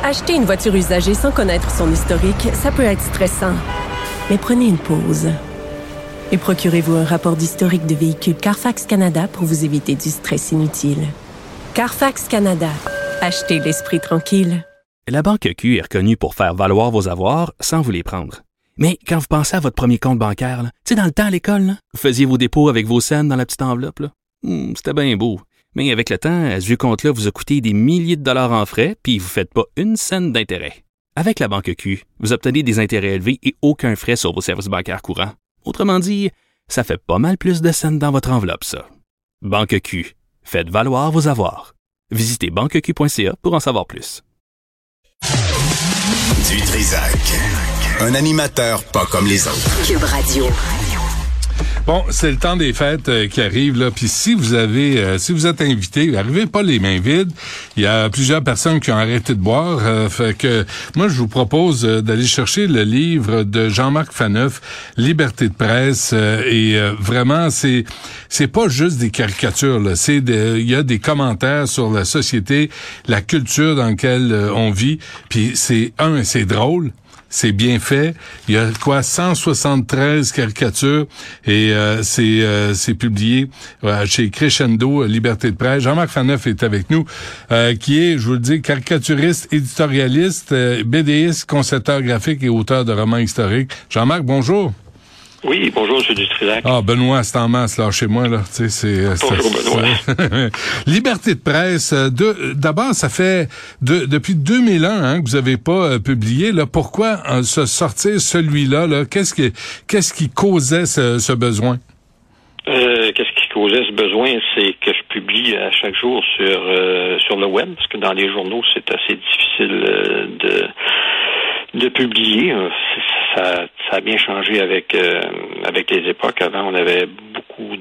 Acheter une voiture usagée sans connaître son historique, ça peut être stressant. Mais prenez une pause. Et procurez-vous un rapport d'historique de véhicule Carfax Canada pour vous éviter du stress inutile. Carfax Canada. Achetez l'esprit tranquille. La Banque Q est reconnue pour faire valoir vos avoirs sans vous les prendre. Mais quand vous pensez à votre premier compte bancaire, tu sais, dans le temps à l'école, là, vous faisiez vos dépôts avec vos scènes dans la petite enveloppe. Là. C'était bien beau. Mais avec le temps, ce vieux compte-là vous a coûté des milliers de dollars en frais, puis vous ne faites pas une scène d'intérêt. Avec la Banque Q, vous obtenez des intérêts élevés et aucun frais sur vos services bancaires courants. Autrement dit, ça fait pas mal plus de scènes dans votre enveloppe, ça. Banque Q. Faites valoir vos avoirs. Visitez banqueq.ca pour en savoir plus. Du Trizac. Un animateur pas comme les autres. Cube Radio. Bon, c'est le temps des fêtes qui arrive là. Puis si vous êtes invité, arrivez pas les mains vides. Il y a plusieurs personnes qui ont arrêté de boire. Fait que moi, je vous propose d'aller chercher le livre de Jean-Marc Faneuf, Liberté de presse. Vraiment, c'est pas juste des caricatures. Là. Il y a des commentaires sur la société, la culture dans laquelle on vit. Puis c'est drôle. C'est bien fait. Il y a 173 caricatures et c'est publié chez Crescendo, Liberté de presse. Jean-Marc Faneuf est avec nous, qui est, je vous le dis, caricaturiste, éditorialiste, BDiste, concepteur graphique et auteur de romans historiques. Jean-Marc, bonjour. Oui, bonjour, M. Dutrisac. Ah, Benoît, c'est en masse, là, chez moi, là. Tu sais, bonjour, Benoît. Liberté de presse. D'abord, ça fait depuis 2001 que vous avez pas publié. Là, pourquoi se sortir celui-là? Là, qu'est-ce qui causait ce besoin? Qu'est-ce qui causait ce besoin? C'est que je publie à chaque jour sur le web, parce que dans les journaux, c'est assez difficile de publier. Ça a bien changé avec les époques. Avant, on avait beaucoup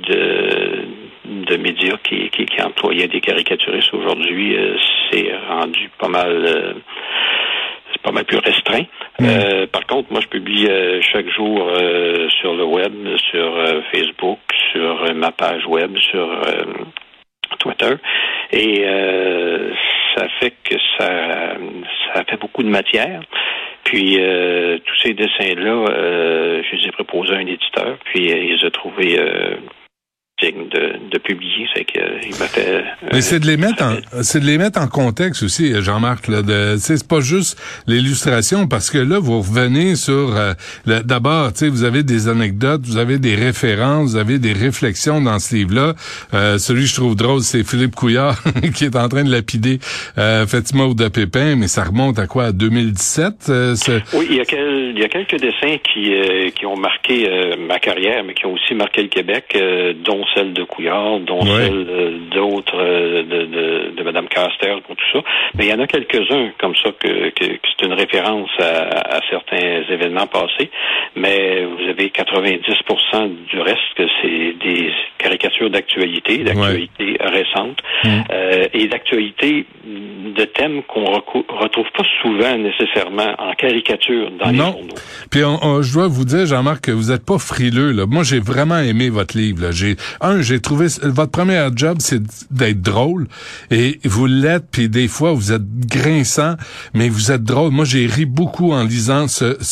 de médias qui employaient des caricaturistes. Aujourd'hui, c'est rendu pas mal plus restreint. Par contre, moi, je publie chaque jour sur le web, sur Facebook, sur ma page web, sur Twitter. Et ça fait que ça fait beaucoup de matière. Puis tous ces dessins-là, je les ai proposés à un éditeur, puis il les a trouvés dignes de publier. C'est qu'il m'a fait. Mais c'est de les mettre en contexte aussi, Jean-Marc. Là, c'est pas juste l'illustration, parce que là, vous revenez sur d'abord, tu sais, vous avez des anecdotes, vous avez des références, vous avez des réflexions dans ce livre-là. Celui que je trouve drôle, c'est Philippe Couillard qui est en train de lapider Fatima Ouda Pépin, mais ça remonte à quoi, à 2017? Oui, il y a quelques dessins qui ont marqué ma carrière, mais qui ont aussi marqué le Québec, dont celle de Couillard, dont celle d'autres de Mme Castel, pour tout ça. Mais il y en a quelques-uns comme ça que c'est une référence à certains événements passés. Mais vous avez 90% du reste que c'est des caricatures d'actualité récentes, et d'actualité de thèmes qu'on retrouve pas souvent nécessairement en caricature dans les journaux. Puis je dois vous dire, Jean-Marc, que vous êtes pas frileux, là. Moi, j'ai vraiment aimé votre livre, là. J'ai trouvé votre premier job, c'est d'être drôle, et vous l'êtes, puis des fois vous êtes grinçant, mais vous êtes drôle. Moi, j'ai ri beaucoup en lisant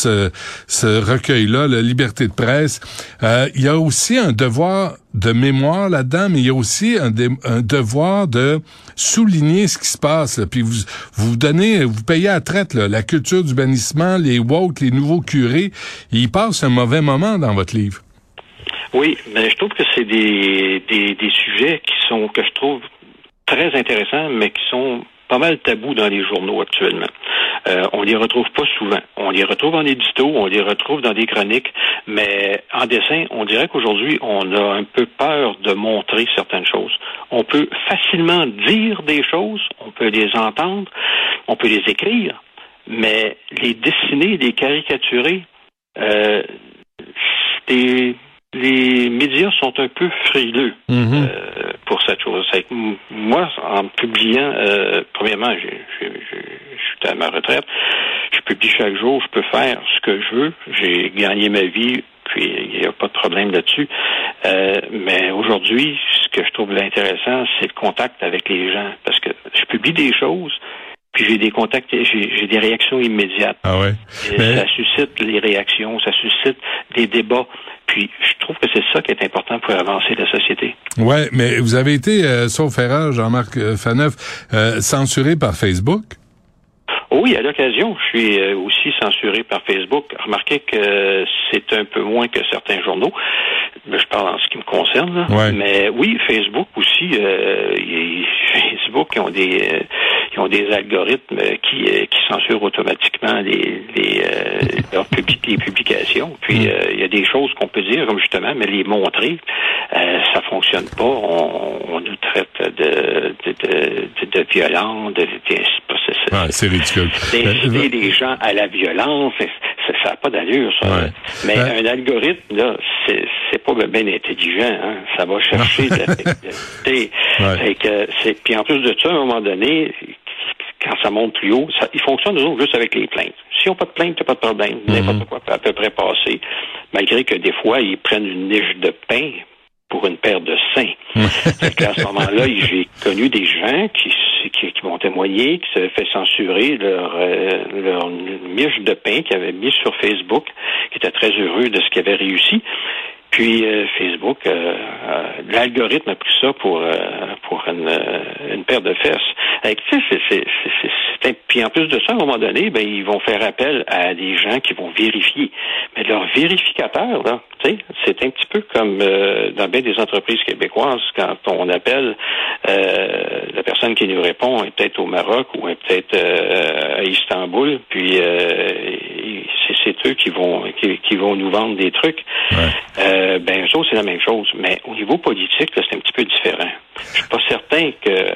ce recueil-là, la Liberté de presse. Il y a aussi un devoir de mémoire là-dedans, mais il y a aussi un devoir de souligner ce qui se passe, là. Puis vous payez à la traite, là, la culture du bannissement, les woke, les nouveaux curés. Ils passent un mauvais moment dans votre livre. Oui, mais je trouve que c'est des sujets que je trouve très intéressants, mais qui sont pas mal tabous dans les journaux actuellement. On les retrouve pas souvent. On les retrouve en édito, on les retrouve dans des chroniques, mais en dessin, on dirait qu'aujourd'hui, on a un peu peur de montrer certaines choses. On peut facilement dire des choses, on peut les entendre, on peut les écrire, mais les dessiner, les caricaturer, les médias sont un peu frileux pour cette chose. Moi, en publiant, premièrement, je suis à ma retraite, je publie chaque jour, je peux faire ce que je veux, j'ai gagné ma vie, puis il n'y a pas de problème là-dessus. Mais aujourd'hui, ce que je trouve intéressant, c'est le contact avec les gens, parce que je publie des choses Puis j'ai des contacts, j'ai des réactions immédiates. Ah ouais. Ça suscite les réactions, ça suscite des débats. Puis je trouve que c'est ça qui est important pour avancer la société. Ouais, mais vous avez été, sauf erreur, Jean-Marc Faneuf, censuré par Facebook? Oui, à l'occasion, je suis aussi censuré par Facebook. Remarquez que c'est un peu moins que certains journaux. Je parle en ce qui me concerne. Là. Ouais. Mais oui, Facebook aussi. Facebook, ils ont des algorithmes qui censurent automatiquement les publications. Puis il y a des choses qu'on peut dire, comme justement, mais les montrer, ça fonctionne pas. On nous traite de violents, C'est ridicule. D'inciter les gens à la violence, ça n'a pas d'allure, ça. Ouais. Mais un algorithme, là, c'est pas bien intelligent, hein. Ça va chercher de la puis en plus de ça, à un moment donné, quand ça monte plus haut, il fonctionne juste avec les plaintes. S'ils n'ont pas de plainte, il n'y a pas de problème. N'importe quoi peut à peu près passer. Malgré que des fois, ils prennent une niche de pain pour une paire de seins. À ce moment-là, j'ai connu des gens qui m'ont témoigné, qui s'avaient fait censurer leur miche de pain qu'ils avaient mis sur Facebook, qui étaient très heureux de ce qu'ils avaient réussi. Puis Facebook, l'algorithme a pris ça pour une paire de fesses. Puis en plus de ça, à un moment donné, ben ils vont faire appel à des gens qui vont vérifier. Mais leur vérificateur, là, tu sais, c'est un petit peu comme dans bien des entreprises québécoises, quand on appelle la personne qui nous répond est peut-être au Maroc ou est peut-être à Istanbul, puis c'est eux qui vont nous vendre des trucs. Ouais. Ben eux autres, c'est la même chose. Mais au niveau politique, là, c'est un petit peu différent. Je suis pas certain que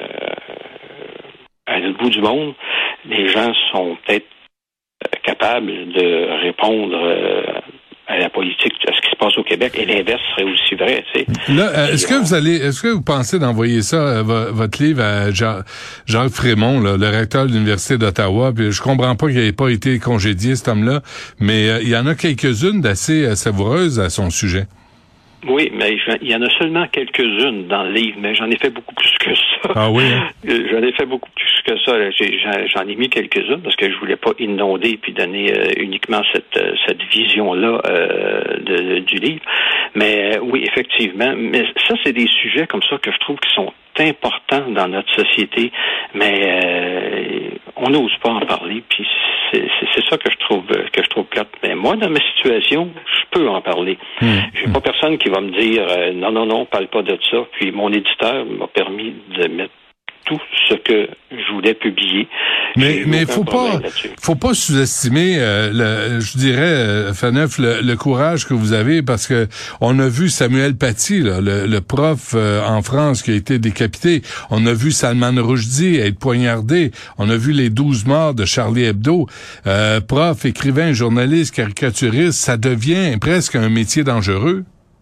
à l'autre bout du monde, les gens sont peut-être capables de répondre à la politique, à ce qui se passe au Québec, et l'inverse serait aussi vrai, tu sais. Là, est-ce que vous pensez d'envoyer ça, votre livre à Jacques Frémont, là, le recteur de l'Université d'Ottawa, puis je comprends pas qu'il n'ait pas été congédié, cet homme-là, mais il y en a quelques-unes d'assez savoureuses à son sujet. Oui, mais il y en a seulement quelques-unes dans le livre, mais j'en ai fait beaucoup plus que ça. Ah oui? Hein? J'en ai fait beaucoup plus que ça. J'en ai mis quelques-unes parce que je voulais pas inonder puis donner uniquement cette vision-là du livre. Mais oui, effectivement. Mais ça, c'est des sujets comme ça que je trouve qui sont importants dans notre société, mais on n'ose pas en parler, puis c'est ça que je trouve plate. Mais moi, dans ma situation, je peux en parler. J'ai pas personne qui va me dire non, parle pas de ça. Puis mon éditeur m'a permis de mettre tout ce que je voulais publier. Mais faut pas sous-estimer je dirais Faneuf le courage que vous avez, parce que on a vu Samuel Paty, là, le prof en France qui a été décapité. On a vu Salman Rushdie être poignardé. On a vu les 12 morts de Charlie Hebdo. Prof, écrivain, journaliste, caricaturiste, ça devient presque un métier dangereux.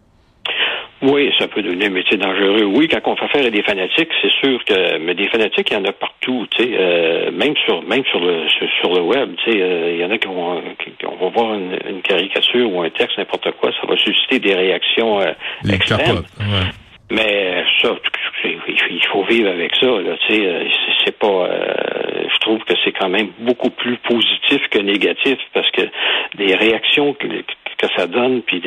Oui, ça peut devenir un métier dangereux. Oui, quand on fait affaire à des fanatiques, c'est sûr que, mais des fanatiques, il y en a partout, tu sais, même sur le web, tu sais, il y en a qui vont voir une caricature ou un texte, n'importe quoi, ça va susciter des réactions extrêmes. Ouais. Mais ça, il faut vivre avec ça, là, tu sais, c'est pas, je trouve que c'est quand même beaucoup plus positif que négatif, parce que des réactions que ça donne, puis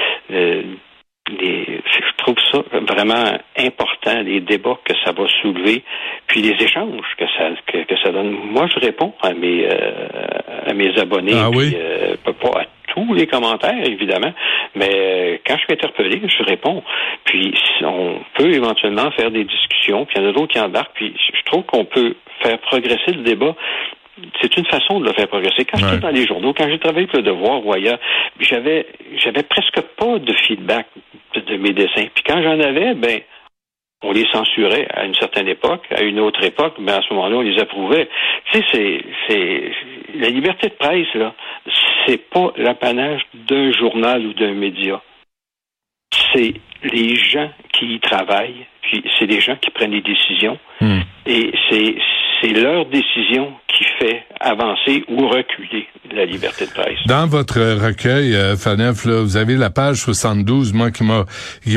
je trouve ça vraiment important, les débats que ça va soulever, puis les échanges que ça donne. Moi, je réponds à mes abonnés, puis, pas à tous les commentaires, évidemment, mais quand je suis interpellé, je réponds. Puis on peut éventuellement faire des discussions, puis il y en a d'autres qui embarquent, puis je trouve qu'on peut faire progresser le débat. C'est une façon de le faire progresser. Quand j'étais dans les journaux, quand j'ai travaillé pour Le Devoir ou ailleurs, j'avais presque pas de feedback de mes dessins. Puis quand j'en avais, ben, on les censurait à une certaine époque. À une autre époque, ben, à ce moment-là, on les approuvait. Tu sais, c'est la liberté de presse, là, c'est pas l'apanage d'un journal ou d'un média. C'est les gens qui y travaillent, puis c'est les gens qui prennent les décisions. Et c'est leur décision qui fait avancer ou reculer la liberté de presse. Dans votre recueil, Faneuf, là, vous avez la page 72, moi, qui m'a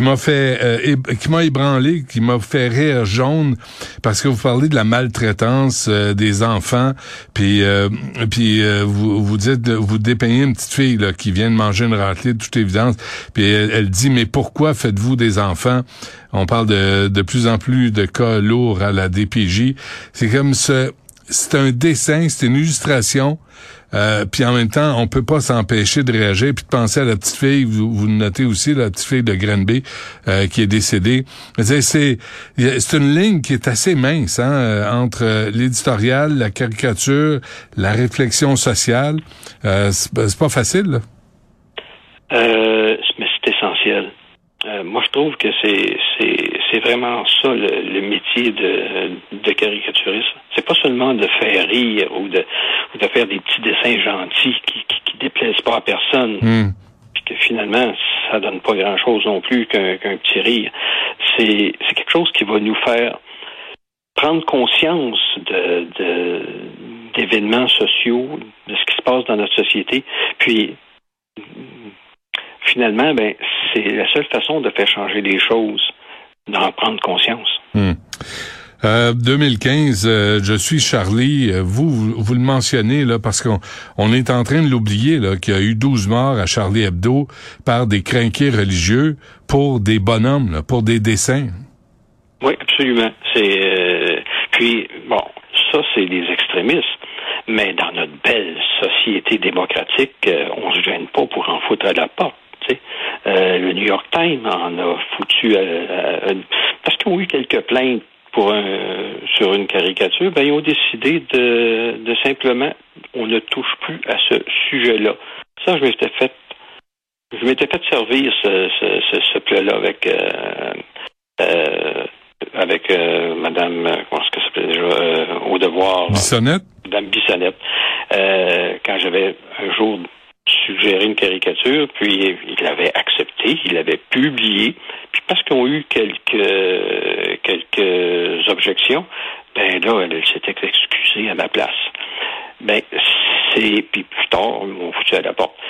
ébranlé, qui m'a fait rire jaune, parce que vous parlez de la maltraitance des enfants, puis vous dites, vous dépeignez une petite fille là qui vient de manger une raclée de toute évidence, puis elle dit, mais pourquoi faites-vous des enfants? On parle de plus en plus de cas lourds à la DPJ. C'est comme c'est un dessin, c'est une illustration. Puis en même temps, on peut pas s'empêcher de réagir puis de penser à la petite fille. Vous notez aussi la petite fille de Granby qui est décédée. C'est une ligne qui est assez mince entre l'éditorial, la caricature, la réflexion sociale. C'est pas facile, là. Mais c'est essentiel. Moi, je trouve que c'est vraiment ça le métier de caricaturiste. C'est pas seulement de faire rire ou de faire des petits dessins gentils qui déplaisent pas à personne. Puis que finalement, ça donne pas grand-chose non plus qu'un petit rire. C'est quelque chose qui va nous faire prendre conscience d'événements sociaux, de ce qui se passe dans notre société. Puis finalement, c'est la seule façon de faire changer les choses, d'en prendre conscience. 2015, je suis Charlie. Vous le mentionnez là parce qu'on est en train de l'oublier là qu'il y a eu 12 morts à Charlie Hebdo par des crinqués religieux pour des bonhommes, là, pour des dessins. Oui, absolument. Puis bon, ça c'est les extrémistes. Mais dans notre belle société démocratique, on se gêne pas pour en foutre à la porte. Le New York Times en a foutu parce qu'ils ont eu quelques plaintes sur une caricature, ils ont décidé de simplement on ne touche plus à ce sujet-là. Ça, je m'étais fait servir ce plat-là avec Madame, comment est-ce que ça s'appelait déjà, au devoir. Bissonnette? Madame Bissonnette. Quand j'avais un jour suggéré une caricature, puis il l'avait accepté, il l'avait publié, puis parce qu'ils ont eu quelques objections, là, elle s'était excusée à ma place. Puis plus tard, ils m'ont foutu à la porte.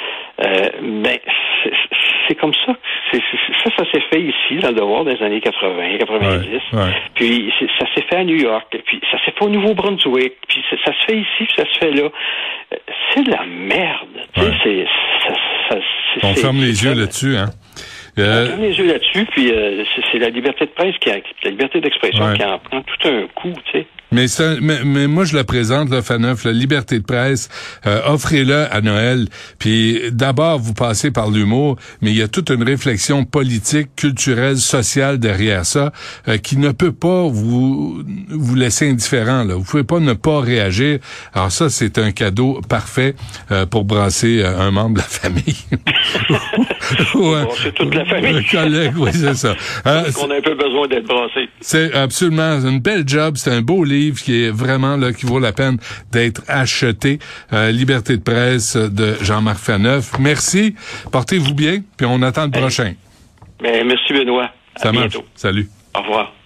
C'est comme ça. Ça s'est fait ici, dans le devoir des années 80, 90. Ouais. Puis ça s'est fait à New York. Puis ça s'est fait au Nouveau-Brunswick. Puis ça se fait ici, puis ça se fait là. C'est de la merde. Ouais. On ferme les yeux là-dessus, hein. On ferme les yeux là-dessus, puis c'est la liberté de presse la liberté d'expression qui en prend tout un coup, tu sais. Mais moi je la présente là, Faneuf, la liberté de presse, offrez-le à Noël. Puis d'abord vous passez par l'humour, mais il y a toute une réflexion politique, culturelle, sociale derrière ça qui ne peut pas vous laisser indifférent là. Vous pouvez pas ne pas réagir. Alors ça c'est un cadeau parfait pour brasser un membre de la famille. Ouais. C'est toute la famille. Un collègue, oui, c'est ça. On a un peu besoin d'être brassé. C'est absolument une belle job, c'est un beau livre qui est vraiment là qui vaut la peine d'être acheté. Liberté de presse de Jean-Marc Faneuf. Merci, portez-vous bien, puis on attend le prochain. Merci Benoît. Ça marche. Salut. Au revoir.